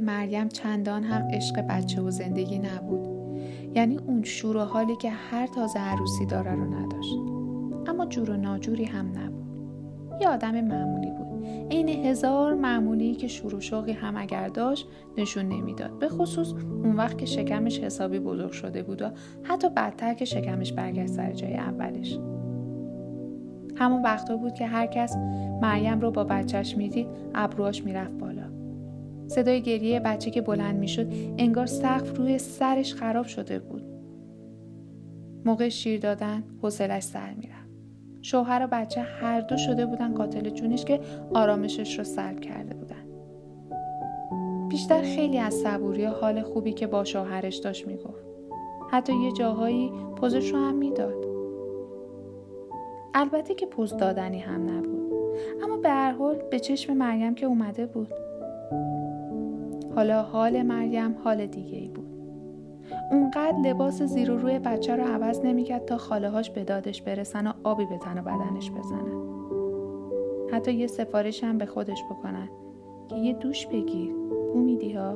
مریم چندان هم عشق بچه و زندگی نبود. یعنی اون شور و حالی که هر تازه عروسی داره رو نداشت. اما جور و ناجوری هم نبود. یه آدم معمولی بود. عین هزار معمولی که شور و شوقی هم اگر داشت نشون نمیداد. به خصوص اون وقت که شکمش حسابی بزرگ شده بود و حتی بدتر که شکمش برگشت سر جای اولش. همون وقتا بود که هر کس مریم رو با بچهش میدید ابروهاش میرفت بالا. صدای گریه بچه که بلند میشد انگار سقف روی سرش خراب شده بود. موقع شیر دادن حوصله‌اش سر میرفت. شوهر و بچه هر دو شده بودن قاتل جونش که آرامشش رو سلب کرده بودن. بیشتر خیلی از صبوری و حال خوبی که با شوهرش داشت میگفت. حتی یه جاهایی پوزش رو هم میداد. البته که پوز دادنی هم نبود. اما به هر حال به چشم مریم که اومده بود. حالا حال مریم حال دیگه ای بود. اونقدر لباس زیر و روی بچه رو عوض نمی‌کرد تا خاله هاش به دادش برسن و آبی به تن و بدنش بزنن. حتی یه سفارش هم به خودش بکنن که یه دوش بگیر، بو میدی ها.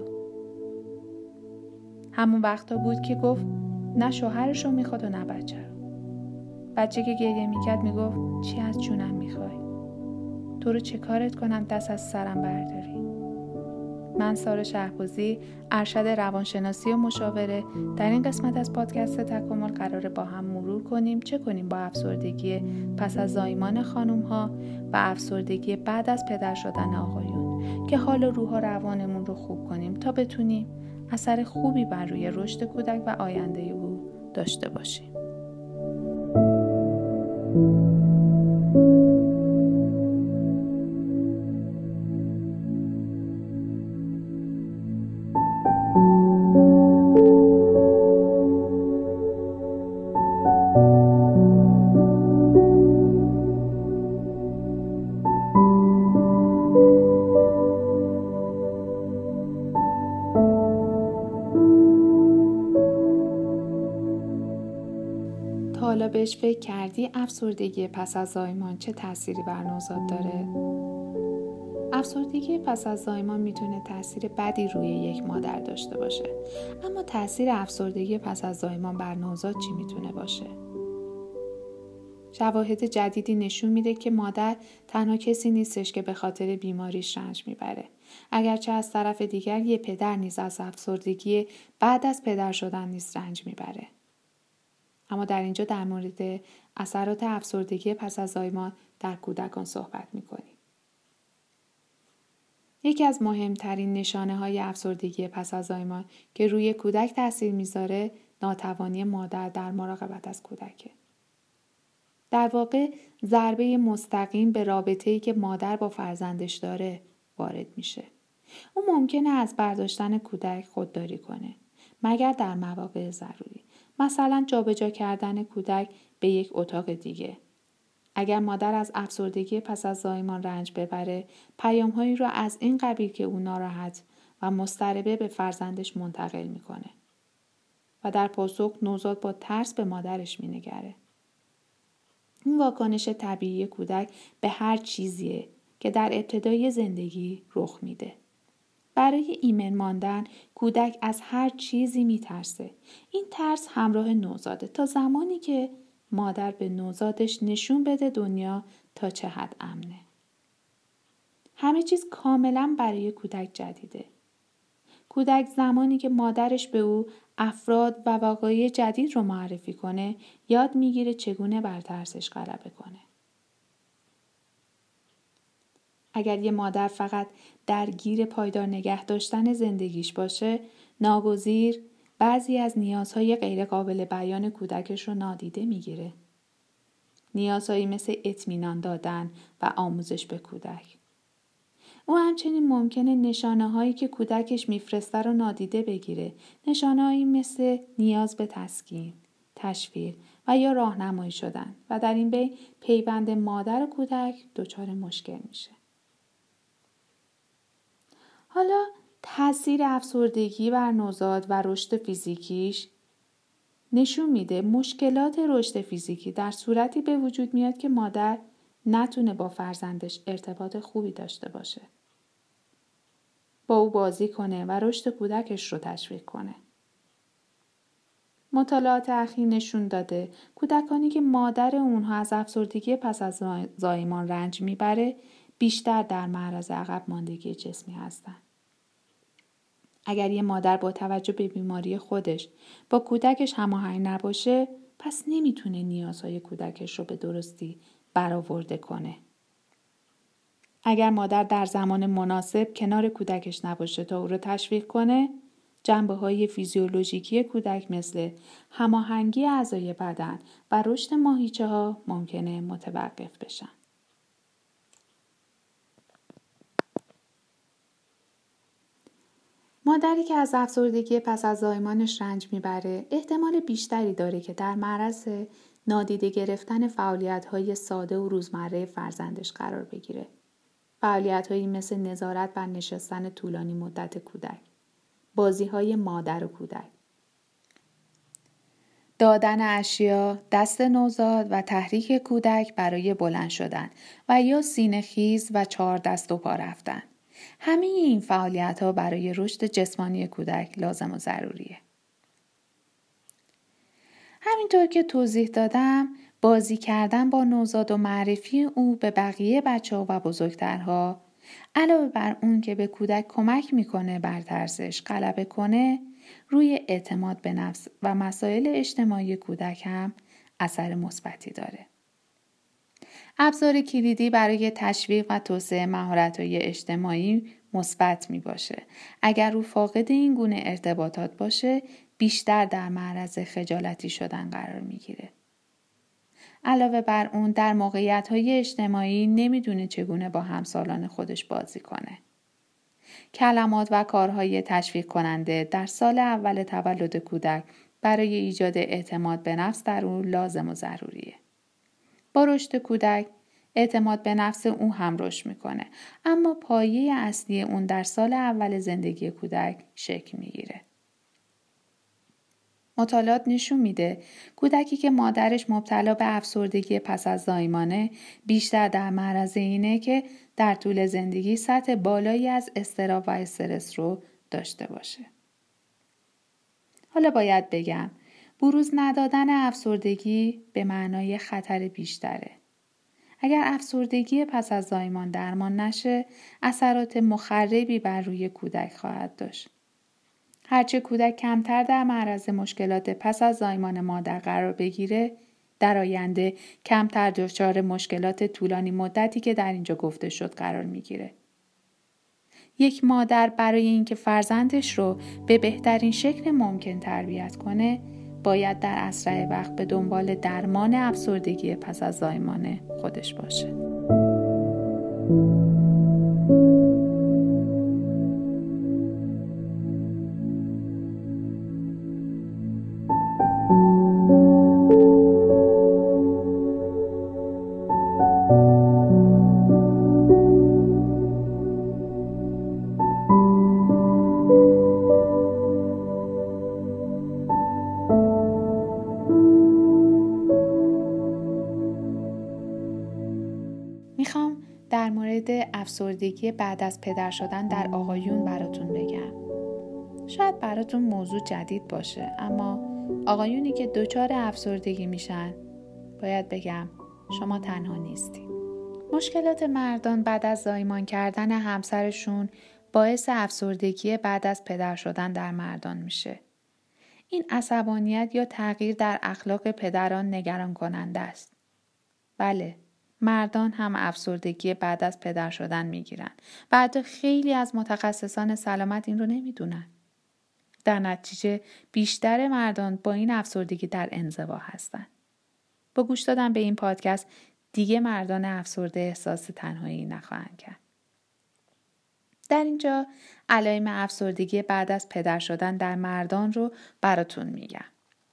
همون وقتا بود که گفت نه شوهرش رو میخواد و نه بچه رو. بچه که گریه میکرد میگفت چی از جونم میخوای؟ تو رو چه کارت کنم دست از سرم برداری؟ من سارا شهبازی، ارشد روانشناسی و مشاوره، در این قسمت از پادکست تکامل قراره با هم مرور کنیم چه کنیم با افسردگی پس از زایمان خانم ها و افسردگی بعد از پدر شدن آقایون که حال روح و روانمون رو خوب کنیم تا بتونیم اثر خوبی بر روی رشد کودک و آینده او داشته باشیم. حالا بهش فکر کردی افسردگی پس از زایمان چه تأثیری بر نوزاد داره؟ افسردگی پس از زایمان میتونه تأثیر بدی روی یک مادر داشته باشه. اما تأثیر افسردگی پس از زایمان بر نوزاد چی میتونه باشه؟ شواهد جدیدی نشون میده که مادر تنها کسی نیستش که به خاطر بیماریش رنج میبره. اگرچه از طرف دیگر یه پدر نیز از افسردگی بعد از پدر شدن نیز رنج میبره. اما در اینجا در مورد اثرات افسردگی پس از زایمان در کودکان صحبت می‌کنیم. یکی از مهمترین نشانه‌های افسردگی پس از زایمان که روی کودک تأثیر می‌ذاره ناتوانی مادر در مراقبت از کودکه. در واقع ضربه مستقیم به رابطه‌ای که مادر با فرزندش داره وارد میشه. اون ممکنه از برداشتن کودک خودداری کنه مگر در مواقع ضروری. مثلا جابجا کردن کودک به یک اتاق دیگه. اگر مادر از افسردگی پس از زایمان رنج ببره، پیام‌هایی رو از این قبیل که او ناراحت و مضطربه به فرزندش منتقل میکنه. و در پاسخ نوزاد با ترس به مادرش مینگره. این واکنش طبیعی کودک به هر چیزیه که در ابتدای زندگی رخ میده. برای ایمن ماندن کودک از هر چیزی میترسه. این ترس همراه نوزاده تا زمانی که مادر به نوزادش نشون بده دنیا تا چه حد امنه. همه چیز کاملا برای کودک جدیده. کودک زمانی که مادرش به او افراد و واقعی جدید رو معرفی کنه یاد میگیره چگونه بر ترسش غلبه کنه. اگر یه مادر فقط درگیر پایدار نگه داشتن زندگیش باشه، ناگزیر بعضی از نیازهای غیر قابل بیان کودکش رو نادیده میگیره. نیازهایی مثل اطمینان دادن و آموزش به کودک. او همچنین ممکنه نشانه‌هایی که کودکش میفرسته رو نادیده بگیره. نشانه‌هایی مثل نیاز به تسکین، تشویق و یا راهنمایی شدن و در این بین پیوند مادر و کودک دچار مشکل میشه. حالا تاثیر افسردگی بر نوزاد و رشد فیزیکیش نشون میده مشکلات رشد فیزیکی در صورتی به وجود میاد که مادر نتونه با فرزندش ارتباط خوبی داشته باشه. با او بازی کنه و رشد کودکش رو تشویق کنه. مطالعات اخیر نشون داده کودکانی که مادر اونها از افسردگی پس از زایمان رنج میبره بیشتر در معرض عقب ماندگی جسمی هستن. اگر یه مادر با توجه به بیماری خودش با کودکش هماهنگ نباشه پس نمیتونه نیازهای کودکش رو به درستی برآورده کنه. اگر مادر در زمان مناسب کنار کودکش نباشه تا او رو تشویق کنه جنبه‌های فیزیولوژیکی کودک مثل هماهنگی اعضای بدن و رشد ماهیچه‌ها ممکنه متوقف بشن. مادری که از افسردگی پس از زایمانش رنج میبره احتمال بیشتری داره که در معرض نادیده گرفتن فعالیت‌های ساده و روزمره فرزندش قرار بگیره. فعالیت‌هایی مثل نظارت بر نشستن طولانی مدت کودک، بازی‌های مادر و کودک، دادن اشیا، دست نوزاد و تحریک کودک برای بلند شدن و یا سینه خیز و 4 دست و پا رفتن. همه این فعالیت‌ها برای رشد جسمانی کودک لازم و ضروریه. همینطور که توضیح دادم، بازی کردن با نوزاد و معرفی او به بقیه بچه‌ها و بزرگترها، علاوه بر اون که به کودک کمک میکنه بر ترسش غلبه کنه، روی اعتماد به نفس و مسائل اجتماعی کودک هم اثر مثبتی داره. ابزار کلیدی برای تشویق و توسعه مهارت‌های اجتماعی مثبت میباشه. اگر او فاقد این گونه ارتباطات باشه، بیشتر در معرض خجالتی شدن قرار میگیره. علاوه بر اون در موقعیت‌های اجتماعی نمیدونه چگونه با همسالان خودش بازی کنه. کلمات و کارهای تشویق کننده در سال اول تولد کودک برای ایجاد اعتماد به نفس در او لازم و ضروریه. با رشد کودک اعتماد به نفس او هم رشد میکنه، اما پایه اصلی اون در سال اول زندگی کودک شکل میگیره. مطالعات نشون میده کودکی که مادرش مبتلا به افسردگی پس از زایمانه بیشتر در معرض اینه که در طول زندگی سطح بالایی از اضطراب و استرس رو داشته باشه. حالا باید بگم بروز ندادن افسردگی به معنای خطر بیشتره. اگر افسردگی پس از زایمان درمان نشه، اثرات مخربی بر روی کودک خواهد داشت. هرچه کودک کمتر در معرض مشکلات پس از زایمان مادر قرار بگیره، در آینده کمتر دچار مشکلات طولانی مدتی که در اینجا گفته شد قرار میگیره. یک مادر برای اینکه فرزندش رو به بهترین شکل ممکن تربیت کنه، باید در اسرع وقت به دنبال درمان افسردگی پس از زایمان خودش باشه. میخوام در مورد افسردگی بعد از پدر شدن در آقایون براتون بگم. شاید براتون موضوع جدید باشه، اما آقایونی که دچار افسردگی میشن، باید بگم شما تنها نیستید. مشکلات مردان بعد از زایمان کردن همسرشون باعث افسردگی بعد از پدر شدن در مردان میشه. این عصبانیت یا تغییر در اخلاق پدران نگران کننده است. بله، مردان هم افسردگی بعد از پدر شدن میگیرن و حتی خیلی از متخصصان سلامت این رو نمیدونن. در نتیجه بیشتر مردان با این افسردگی در انزوا هستن. با گوش دادن به این پادکست دیگه مردان افسرده احساس تنهایی نخواهند کرد. در اینجا علائم افسردگی بعد از پدر شدن در مردان رو براتون میگم.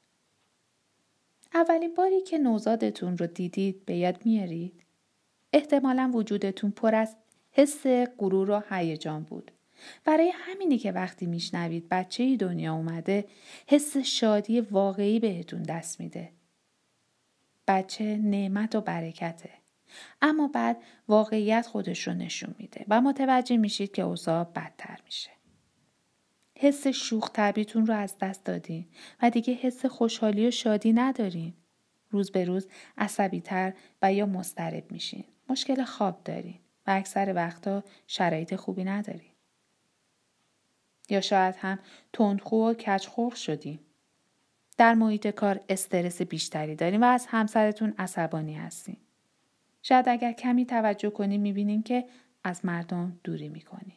اولین باری که نوزادتون رو دیدید به یاد میارید؟ احتمالاً وجودتون پر از حس غرور و هیجان بود. برای همینی که وقتی میشنوید بچه‌ای دنیا اومده، حس شادی واقعی بهتون دست میده. بچه نعمت و برکته. اما بعد واقعیت خودش رو نشون میده و متوجه میشید که اوضاع بدتر میشه. حس شوخ طبعیتون رو از دست دادین و دیگه حس خوشحالی و شادی ندارین. روز به روز عصبی‌تر و یا مضطرب میشین. مشکل خواب دارین و اکثر وقتا شرایط خوبی ندارین. یا شاید هم تندخو و کجخلق شدین. در محیط کار استرس بیشتری دارین و از همسرتون عصبانی هستین. شاید اگر کمی توجه کنین میبینین که از مردم دوری میکنین.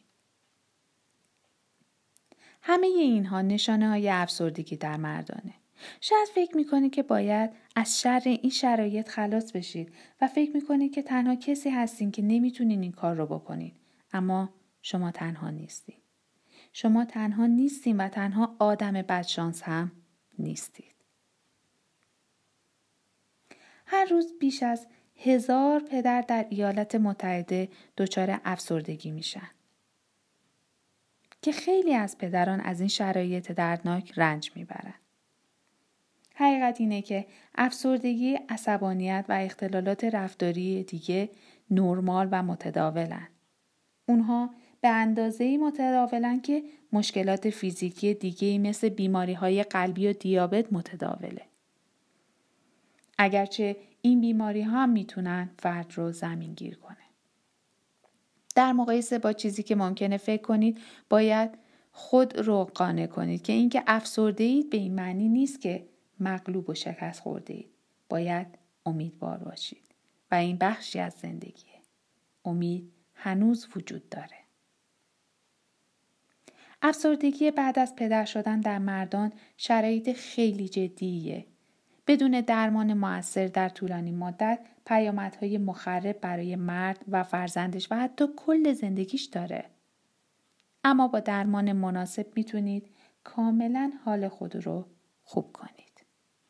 همه اینها نشانه های افسردگی در مردانه. شاید فکر میکنید که باید از شر این شرایط خلاص بشید و فکر میکنید که تنها کسی هستین که نمیتونین این کار رو بکنین. اما شما تنها نیستین. شما تنها نیستین و تنها آدم بدشانس هم نیستید. هر روز بیش از 1000 پدر در ایالات متحده دچار افسردگی میشن. که خیلی از پدران از این شرایط دردناک رنج میبرن. حقیقت اینه که افسردگی، عصبانیت و اختلالات رفتاری دیگه نرمال و متداولن. اونها به اندازه‌ای متداولن که مشکلات فیزیکی دیگه‌ای مثل بیماری‌های قلبی و دیابت متداوله. اگرچه این بیماری‌ها هم میتونن فرد رو زمینگیر کنه. در مقایسه با چیزی که ممکنه فکر کنید باید خود رو قانع کنید که اینکه افسرده اید به این معنی نیست که مغلوب و شکست خورده اید. باید امیدوار باشید و این بخشی از زندگیه. امید هنوز وجود داره. افسردگی بعد از پدر شدن در مردان شرایط خیلی جدیه. بدون درمان مؤثر در طولانی مدت پیامدهای مخرب برای مرد و فرزندش و حتی کل زندگیش داره. اما با درمان مناسب میتونید کاملا حال خود رو خوب کنید.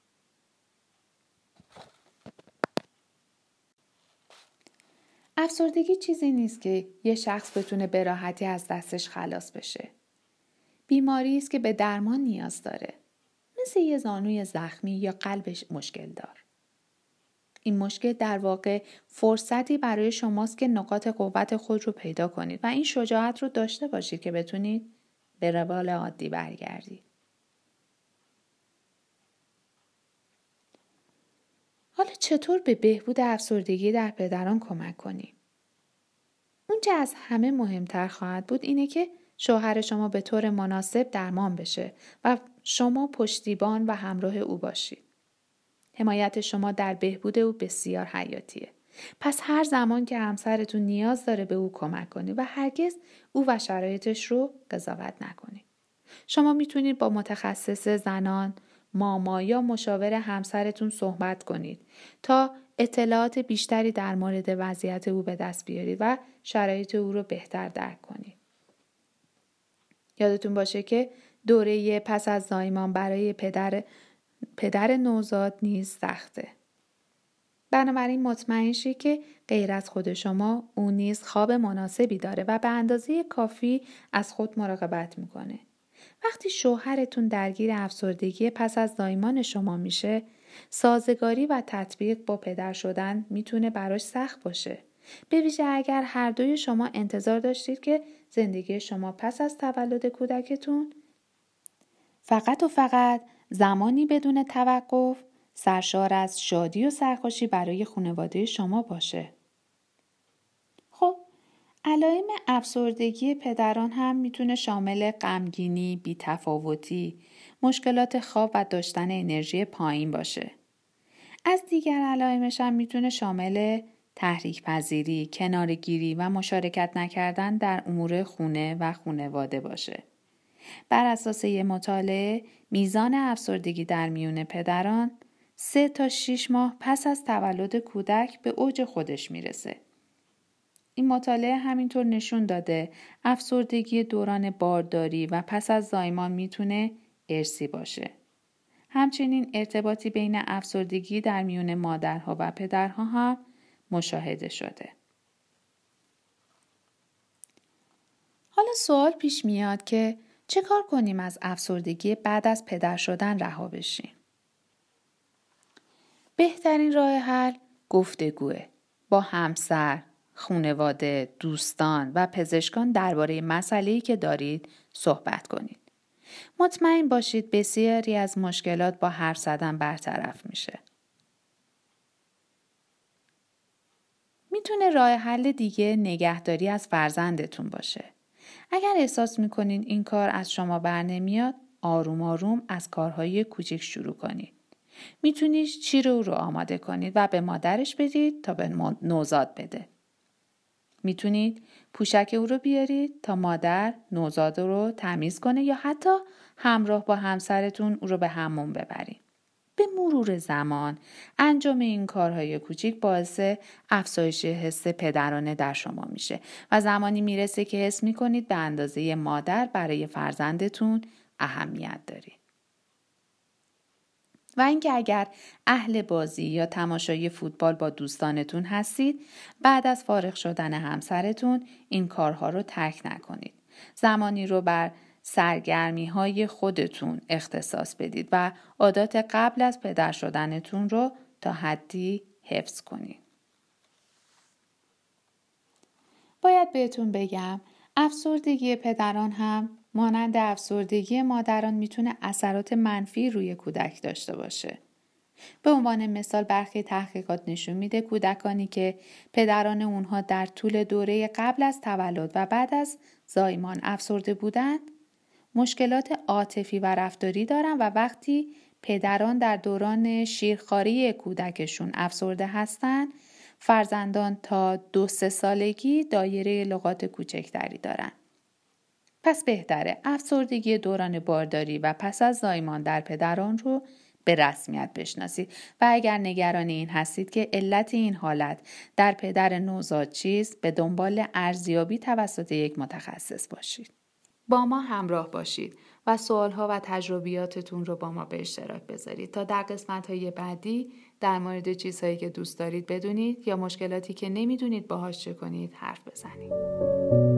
افسردگی چیزی نیست که یه شخص بتونه به راحتی از دستش خلاص بشه. بیماری است که به درمان نیاز داره. مثل یه زانوی زخمی یا قلبش مشکل دار. این مشکل در واقع فرصتی برای شماست که نقاط قوت خود رو پیدا کنید و این شجاعت رو داشته باشید که بتونید به روال عادی برگردید. حالا چطور به بهبود افسردگی در پدران کمک کنیم؟ اون چه از همه مهمتر خواهد بود اینه که شوهر شما به طور مناسب درمان بشه و شما پشتیبان و همراه او باشید. حمایت شما در بهبود او بسیار حیاتیه. پس هر زمان که همسرتون نیاز داره به او کمک کنید و هرگز او و شرایطش رو قضاوت نکنید. شما میتونید با متخصص زنان، ماما یا مشاور همسرتون صحبت کنید تا اطلاعات بیشتری در مورد وضعیت او به دست بیارید و شرایط او رو بهتر درک کنید. یادتون باشه که دوره پس از زایمان برای پدر نوزاد نیز سخته. بنابراین مطمئن شید که غیر از خود شما او نیز خواب مناسبی داره و به اندازه کافی از خود مراقبت میکنه. وقتی شوهرتون درگیر افسردگی پس از زایمان شما میشه، سازگاری و تطبیق با پدر شدن میتونه براش سخت باشه. به ویژه اگر هر دوی شما انتظار داشتید که زندگی شما پس از تولد کودکتون فقط و فقط زمانی بدون توقف سرشار از شادی و سرخوشی برای خانواده شما باشه. خب، علائم افسردگی پدران هم میتونه شامل غمگینی، بی‌تفاوتی، مشکلات خواب و داشتن انرژی پایین باشه. از دیگر علائمش هم میتونه شامل تحریک پذیری، کناره‌گیری و مشارکت نکردن در امور خونه و خانواده باشه. بر اساس یه مطالعه، میزان افسردگی در میون پدران 3 تا 6 ماه پس از تولد کودک به اوج خودش میرسه. این مطالعه همینطور نشون داده افسردگی دوران بارداری و پس از زایمان میتونه ارثی باشه. همچنین ارتباطی بین افسردگی در میون مادرها و پدرها هم مشاهده شده. حالا سوال پیش میاد که چه کار کنیم از افسردگی بعد از پدر شدن رها بشیم؟ بهترین راه حل گفتگوه. با همسر، خانواده، دوستان و پزشکان درباره مسئله‌ای که دارید صحبت کنید. مطمئن باشید بسیاری از مشکلات با حرف زدن برطرف میشه. میتونه راه حل دیگه نگهداری از فرزندتون باشه. اگر احساس میکنین این کار از شما بر نمیاد، آروم آروم از کارهای کوچیک شروع کنید. میتونید شیر او رو آماده کنید و به مادرش بدید تا به نوزاد بده. میتونید پوشک او رو بیارید تا مادر نوزاد رو تمیز کنه یا حتی همراه با همسرتون او رو به حموم ببرید. به مرور زمان انجام این کارهای کوچیک باعث افزایش حس پدرانه در شما میشه و زمانی میرسه که حس میکنید به اندازه مادر برای فرزندتون اهمیت دارید. و اینکه اگر اهل بازی یا تماشای فوتبال با دوستانتون هستید، بعد از فارغ شدن همسرتون این کارها رو ترک نکنید. زمانی رو بر سرگرمی های خودتون اختصاص بدید و عادات قبل از پدر شدنتون رو تا حدی حفظ کنید. باید بهتون بگم افسردگی پدران هم مانند افسردگی مادران میتونه اثرات منفی روی کودک داشته باشه. به عنوان مثال برخی تحقیقات نشون میده کودکانی که پدران اونها در طول دوره قبل از تولد و بعد از زایمان افسرده بودند، مشکلات عاطفی و رفتاری دارن و وقتی پدران در دوران شیرخواری کودکشون افسرده هستن، فرزندان تا 2-3 سالگی دایره لغات کوچکتری دارن. پس بهتره افسردگی دوران بارداری و پس از زایمان در پدران رو به رسمیت بشناسید و اگر نگران این هستید که علت این حالت در پدر نوزاد چیست، به دنبال ارزیابی توسط یک متخصص باشید. با ما همراه باشید و سوالها و تجربیاتتون رو با ما به اشتراک بذارید تا در قسمت‌های بعدی در مورد چیزهایی که دوست دارید بدونید یا مشکلاتی که نمیدونید باهاش چه کنید حرف بزنید.